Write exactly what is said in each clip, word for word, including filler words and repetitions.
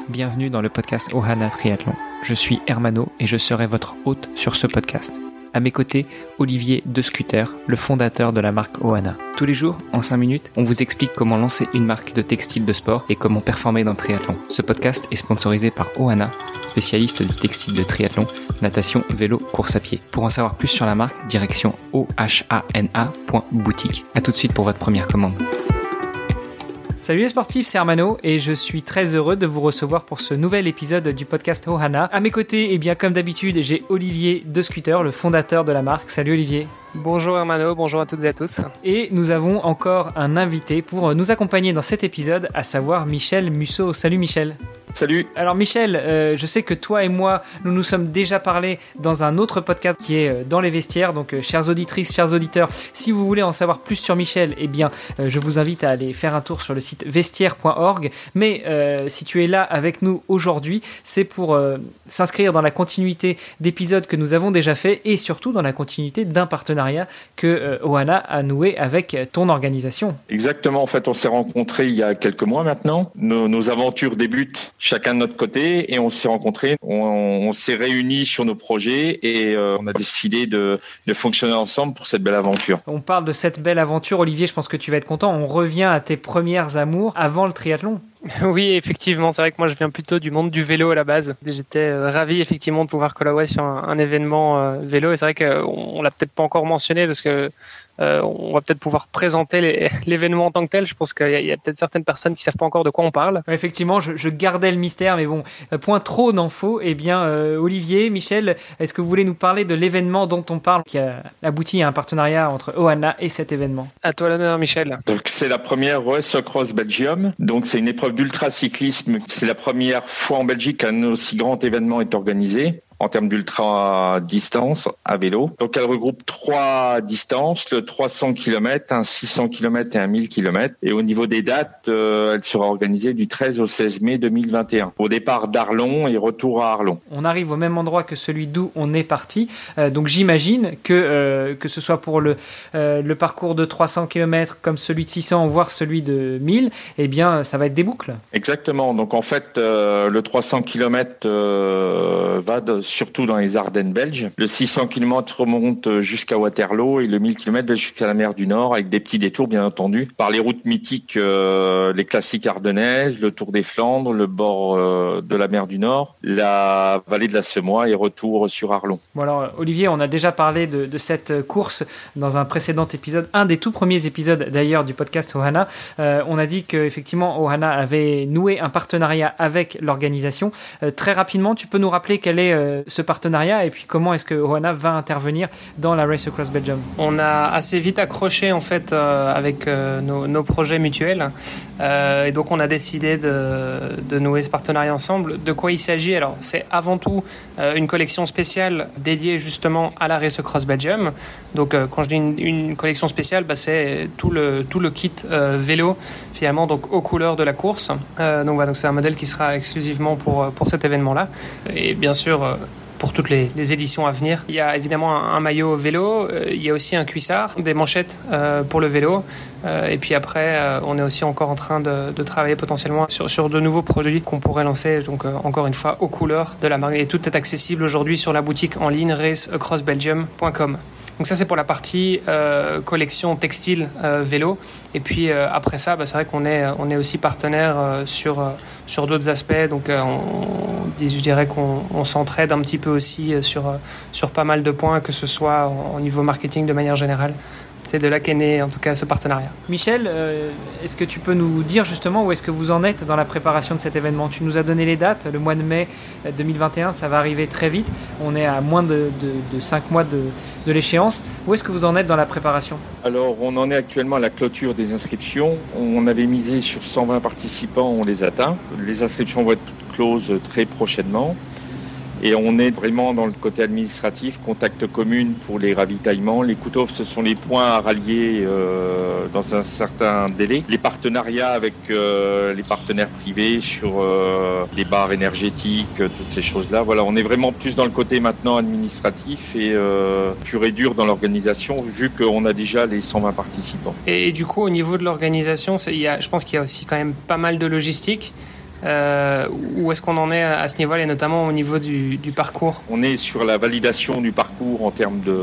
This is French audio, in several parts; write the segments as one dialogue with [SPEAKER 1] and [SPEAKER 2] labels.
[SPEAKER 1] bienvenue dans le podcast Ohana Triathlon. Je suis Hermano et je serai votre hôte sur ce podcast. À mes côtés, Olivier De Scuter, le fondateur de la marque Ohana. Tous les jours, en cinq minutes, on vous explique comment lancer une marque de textile de sport et comment performer dans le triathlon. Ce podcast est sponsorisé par Ohana, spécialiste du textile de triathlon, natation, vélo, course à pied. Pour en savoir plus sur la marque, direction ohana point boutique. À tout de suite pour votre première commande. Salut les sportifs, c'est Hermano et je suis très heureux de vous recevoir pour ce nouvel épisode du podcast Ohana. À mes côtés, et bien comme d'habitude, j'ai Olivier De Scuter, le fondateur de la marque. Salut Olivier.
[SPEAKER 2] Bonjour Hermano, bonjour à toutes et à tous.
[SPEAKER 1] Et nous avons encore un invité pour nous accompagner dans cet épisode, à savoir Michel Musso. Salut Michel.
[SPEAKER 3] Salut.
[SPEAKER 1] Alors Michel, euh, je sais que toi et moi, nous nous sommes déjà parlé dans un autre podcast qui est euh, dans les vestiaires. Donc, euh, chères auditrices, chers auditeurs, si vous voulez en savoir plus sur Michel, eh bien, euh, je vous invite à aller faire un tour sur le site vestiaire point org. Mais euh, si tu es là avec nous aujourd'hui, c'est pour euh, s'inscrire dans la continuité d'épisodes que nous avons déjà fait et surtout dans la continuité d'un partenariat que euh, Ohana a noué avec ton organisation.
[SPEAKER 3] Exactement. En fait, on s'est rencontrés il y a quelques mois maintenant. Nos, nos aventures débutent chacun de notre côté et on s'est rencontrés, on, on s'est réunis sur nos projets et euh, on a décidé de, de fonctionner ensemble pour cette belle aventure.
[SPEAKER 1] On parle de cette belle aventure, Olivier, je pense que tu vas être content. On revient à tes premières amours avant le triathlon.
[SPEAKER 2] Oui, effectivement, c'est vrai que moi je viens plutôt du monde du vélo à la base. J'étais euh, ravi effectivement de pouvoir collaborer sur un, un événement euh, vélo et c'est vrai qu'on on l'a peut-être pas encore mentionné parce que euh, on va peut-être pouvoir présenter les, l'événement en tant que tel. Je pense qu'il y a, il y a peut-être certaines personnes qui savent pas encore de quoi on parle.
[SPEAKER 1] Effectivement, je, je gardais le mystère, mais bon, point trop d'infos. Eh bien, euh, Olivier, Michel, est-ce que vous voulez nous parler de l'événement dont on parle, qui a abouti à un partenariat entre Ohana et cet événement?
[SPEAKER 2] À toi l'honneur, Michel.
[SPEAKER 3] Donc c'est la première Race Across Belgium. Donc c'est une épreuve d'ultracyclisme. C'est la première fois en Belgique qu'un aussi grand événement est organisé en termes d'ultra distance à vélo. Donc elle regroupe trois distances, le trois cents kilomètres, un six cents kilomètres et un mille kilomètres. Et au niveau des dates, euh, elle sera organisée du treize au seize mai deux mille vingt et un. Au départ d'Arlon et retour à Arlon.
[SPEAKER 1] On arrive au même endroit que celui d'où on est parti. Euh, donc j'imagine que, euh, que ce soit pour le, euh, le parcours de trois cents kilomètres comme celui de six cents, voire celui de mille, eh bien ça va être des boucles.
[SPEAKER 3] Exactement. Donc en fait, euh, le trois cents kilomètres euh, va de surtout dans les Ardennes belges. Le six cents kilomètres remonte jusqu'à Waterloo et le mille kilomètres va jusqu'à la mer du Nord avec des petits détours bien entendu par les routes mythiques, euh, les classiques ardennaises, le Tour des Flandres, le bord euh, de la mer du Nord, la vallée de la Semois et retour sur Arlon.
[SPEAKER 1] Bon alors Olivier, on a déjà parlé de, de cette course dans un précédent épisode, un des tout premiers épisodes d'ailleurs du podcast Ohana. Euh, on a dit qu'effectivement Ohana avait noué un partenariat avec l'organisation. Euh, très rapidement, tu peux nous rappeler quel est euh, ce partenariat et puis comment est-ce que Ohana va intervenir dans la Race Across Belgium?
[SPEAKER 2] On a assez vite accroché en fait euh, avec euh, nos, nos projets mutuels euh, et donc on a décidé de, de nouer ce partenariat ensemble. De quoi il s'agit? Alors c'est avant tout euh, une collection spéciale dédiée justement à la Race Across Belgium. Donc euh, quand je dis une, une collection spéciale, bah, c'est tout le, tout le kit euh, vélo finalement donc aux couleurs de la course. Euh, donc voilà, donc c'est un modèle qui sera exclusivement pour, pour cet événement-là. Et bien sûr euh, pour toutes les, les éditions à venir. Il y a évidemment un, un maillot vélo, euh, il y a aussi un cuissard, des manchettes euh, pour le vélo, euh, et puis après, euh, on est aussi encore en train de, de travailler potentiellement sur, sur de nouveaux produits qu'on pourrait lancer, donc euh, encore une fois, aux couleurs de la marque. Et tout est accessible aujourd'hui sur la boutique en ligne race across belgium point com. Donc ça c'est pour la partie euh, collection textile euh, vélo et puis euh, après ça bah, c'est vrai qu'on est on est aussi partenaire euh, sur euh, sur d'autres aspects donc euh, on, je dirais qu'on on s'entraide un petit peu aussi sur euh, sur pas mal de points que ce soit au niveau marketing de manière générale. C'est de là qu'est né en tout cas ce partenariat.
[SPEAKER 1] Michel, euh, est-ce que tu peux nous dire justement où est-ce que vous en êtes dans la préparation de cet événement? Tu nous as donné les dates, le mois de mai deux mille vingt et un, ça va arriver très vite. On est à moins de, de, de cinq mois de, de l'échéance. Où est-ce que vous en êtes dans la préparation?
[SPEAKER 3] Alors on en est actuellement à la clôture des inscriptions. On avait misé sur cent vingt participants, on les atteint. Les inscriptions vont être toutes closes très prochainement. Et on est vraiment dans le côté administratif, contact commune pour les ravitaillements. Les cut-offs, ce sont les points à rallier euh, dans un certain délai. Les partenariats avec euh, les partenaires privés sur euh, les bars énergétiques, toutes ces choses-là. Voilà, on est vraiment plus dans le côté maintenant administratif et euh, pur et dur dans l'organisation, vu qu'on a déjà les cent vingt participants.
[SPEAKER 2] Et du coup, au niveau de l'organisation, c'est, il y a, je pense qu'il y a aussi quand même pas mal de logistique. Euh, où est-ce qu'on en est à ce niveau-là, et notamment au niveau du, du parcours?
[SPEAKER 3] On est sur la validation du parcours en termes de,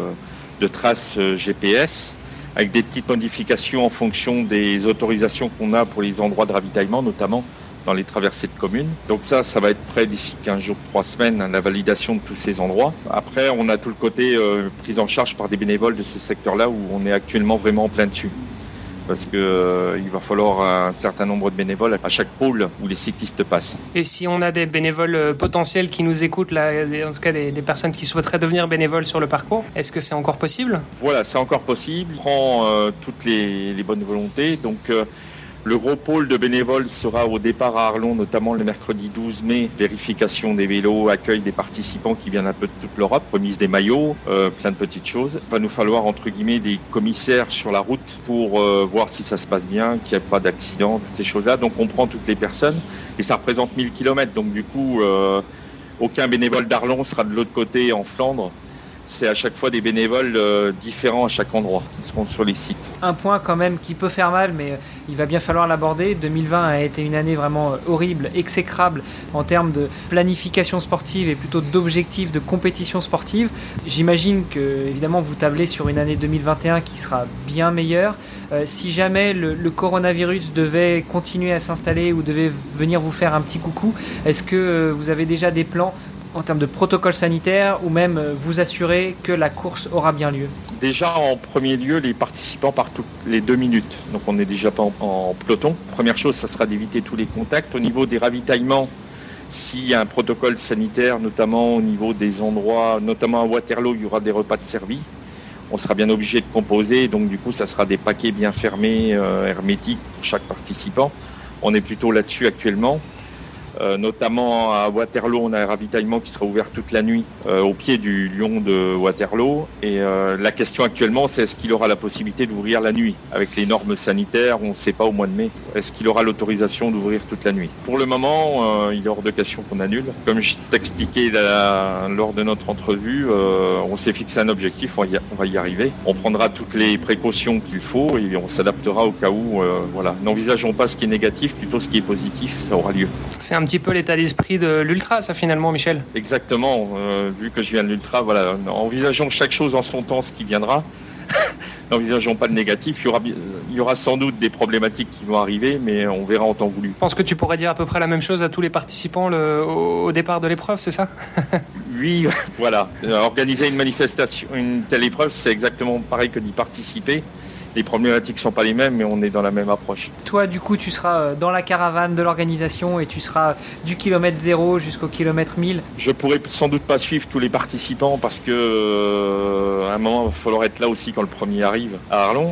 [SPEAKER 3] de traces G P S, avec des petites modifications en fonction des autorisations qu'on a pour les endroits de ravitaillement, notamment dans les traversées de communes. Donc ça, ça va être prêt d'ici quinze jours, trois semaines, hein, la validation de tous ces endroits. Après, on a tout le côté euh, prise en charge par des bénévoles de ces secteurs-là où on est actuellement vraiment en plein dessus. Parce qu'il euh, va falloir un certain nombre de bénévoles à chaque pôle où les cyclistes passent.
[SPEAKER 2] Et si on a des bénévoles potentiels qui nous écoutent, là, en tout cas des, des personnes qui souhaiteraient devenir bénévoles sur le parcours, est-ce que c'est encore possible?
[SPEAKER 3] Voilà, c'est encore possible. On prend euh, toutes les, les bonnes volontés. Donc, euh, le gros pôle de bénévoles sera au départ à Arlon, notamment le mercredi douze mai. Vérification des vélos, accueil des participants qui viennent un peu de toute l'Europe, remise des maillots, euh, plein de petites choses. Il va nous falloir, entre guillemets, des commissaires sur la route pour euh, voir si ça se passe bien, qu'il n'y a pas d'accident, toutes ces choses-là. Donc on prend toutes les personnes et ça représente mille kilomètres. Donc du coup, euh, aucun bénévole d'Arlon sera de l'autre côté en Flandre. C'est à chaque fois des bénévoles euh, différents à chaque endroit qui seront sur les sites.
[SPEAKER 1] Un point quand même qui peut faire mal, mais il va bien falloir l'aborder. deux mille vingt a été une année vraiment horrible, exécrable en termes de planification sportive et plutôt d'objectifs de compétition sportive. J'imagine que évidemment vous tablez sur une année deux mille vingt et un qui sera bien meilleure. Euh, si jamais le, le coronavirus devait continuer à s'installer ou devait venir vous faire un petit coucou, est-ce que vous avez déjà des plans en termes de protocole sanitaire ou même vous assurer que la course aura bien lieu?
[SPEAKER 3] Déjà, en premier lieu, les participants partent toutes les deux minutes. Donc, on n'est déjà pas en, en peloton. Première chose, ça sera d'éviter tous les contacts. Au niveau des ravitaillements, s'il y a un protocole sanitaire, notamment au niveau des endroits, notamment à Waterloo, il y aura des repas de servis. On sera bien obligé de composer. Donc, du coup, ça sera des paquets bien fermés, euh, hermétiques pour chaque participant. On est plutôt là-dessus actuellement. Euh, notamment à Waterloo, on a un ravitaillement qui sera ouvert toute la nuit euh, au pied du lion de Waterloo. Et euh, la question actuellement, c'est est-ce qu'il aura la possibilité d'ouvrir la nuit? Avec les normes sanitaires, on ne sait pas au mois de mai. Est-ce qu'il aura l'autorisation d'ouvrir toute la nuit? Pour le moment, euh, il est hors de question qu'on annule. Comme je t'expliquais la, lors de notre entrevue, euh, on s'est fixé un objectif, on, y, on va y arriver. On prendra toutes les précautions qu'il faut et on s'adaptera au cas où. Euh, voilà. N'envisageons pas ce qui est négatif, plutôt ce qui est positif, ça aura lieu.
[SPEAKER 2] C'est un petit peu l'état d'esprit de l'ultra, ça, finalement, Michel.
[SPEAKER 3] Exactement. Euh, vu que je viens de l'ultra, voilà, envisageons chaque chose en son temps, ce qui viendra. N'envisageons pas le négatif. Il y aura, il y aura sans doute des problématiques qui vont arriver, mais on verra en temps voulu.
[SPEAKER 2] Je pense que tu pourrais dire à peu près la même chose à tous les participants le, au, au départ de l'épreuve, c'est ça?
[SPEAKER 3] Oui, voilà. Organiser une manifestation, une telle épreuve, c'est exactement pareil que d'y participer. Les problématiques ne sont pas les mêmes, mais on est dans la même approche.
[SPEAKER 1] Toi, du coup, tu seras dans la caravane de l'organisation et tu seras du kilomètre zéro jusqu'au kilomètre mille.
[SPEAKER 3] Je pourrais sans doute pas suivre tous les participants parce que euh, à un moment, il va falloir être là aussi quand le premier arrive à Arlon.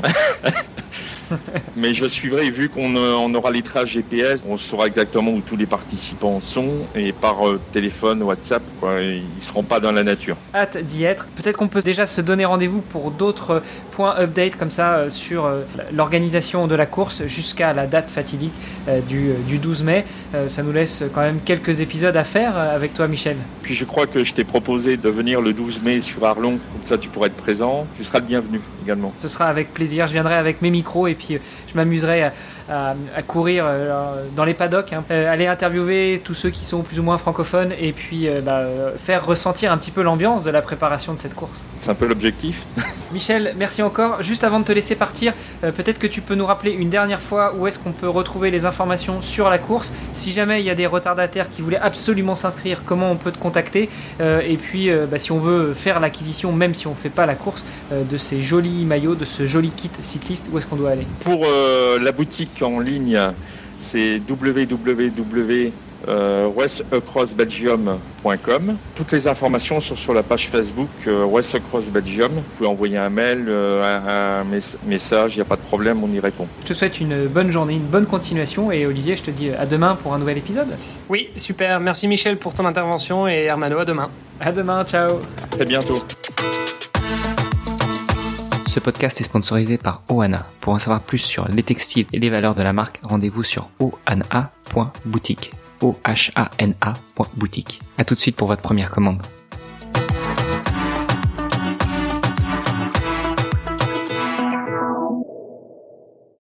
[SPEAKER 3] Mais je suivrai, vu qu'on on aura les traces G P S, on saura exactement où tous les participants sont et par euh, téléphone, WhatsApp, quoi, ils ne seront pas dans la nature.
[SPEAKER 1] Hâte d'y être. Peut-être qu'on peut déjà se donner rendez-vous pour d'autres points update comme ça euh, sur euh, l'organisation de la course jusqu'à la date fatidique euh, du, du douze mai. Euh, ça nous laisse quand même quelques épisodes à faire euh, avec toi, Michel.
[SPEAKER 3] Puis je crois que je t'ai proposé de venir le douze mai sur Arlon, comme ça tu pourrais être présent. Tu seras le bienvenu également.
[SPEAKER 1] Ce sera avec plaisir. Je viendrai avec mes micros et puis je m'amuserai à, à, à courir euh, dans les paddocks, hein, euh, aller interviewer tous ceux qui sont plus ou moins francophones et puis euh, bah, faire ressentir un petit peu l'ambiance de la préparation de cette course.
[SPEAKER 3] C'est un peu l'objectif.
[SPEAKER 1] Michel, merci encore. Juste avant de te laisser partir, euh, peut-être que tu peux nous rappeler une dernière fois où est-ce qu'on peut retrouver les informations sur la course. Si jamais il y a des retardataires qui voulaient absolument s'inscrire, comment on peut te contacter, euh, et puis euh, bah, si on veut faire l'acquisition, même si on ne fait pas la course, euh, de ces jolis maillots, de ce joli kit cycliste, où est-ce qu'on doit aller?
[SPEAKER 3] Pour euh, la boutique en ligne, c'est w w w point race across belgium point com. Toutes les informations sont sur la page Facebook euh, Race Across Belgium. Vous pouvez envoyer un mail, euh, un, un mes- message, il n'y a pas de problème, on y répond.
[SPEAKER 1] Je te souhaite une bonne journée, une bonne continuation et Olivier, je te dis à demain pour un nouvel épisode.
[SPEAKER 2] Oui, super. Merci Michel pour ton intervention et Hermano, à demain.
[SPEAKER 1] À demain, ciao.
[SPEAKER 3] À très bientôt.
[SPEAKER 1] Ce podcast est sponsorisé par Ohana. Pour en savoir plus sur les textiles et les valeurs de la marque, rendez-vous sur ohana point boutique. O H A N A point boutique. À tout de suite pour votre première commande.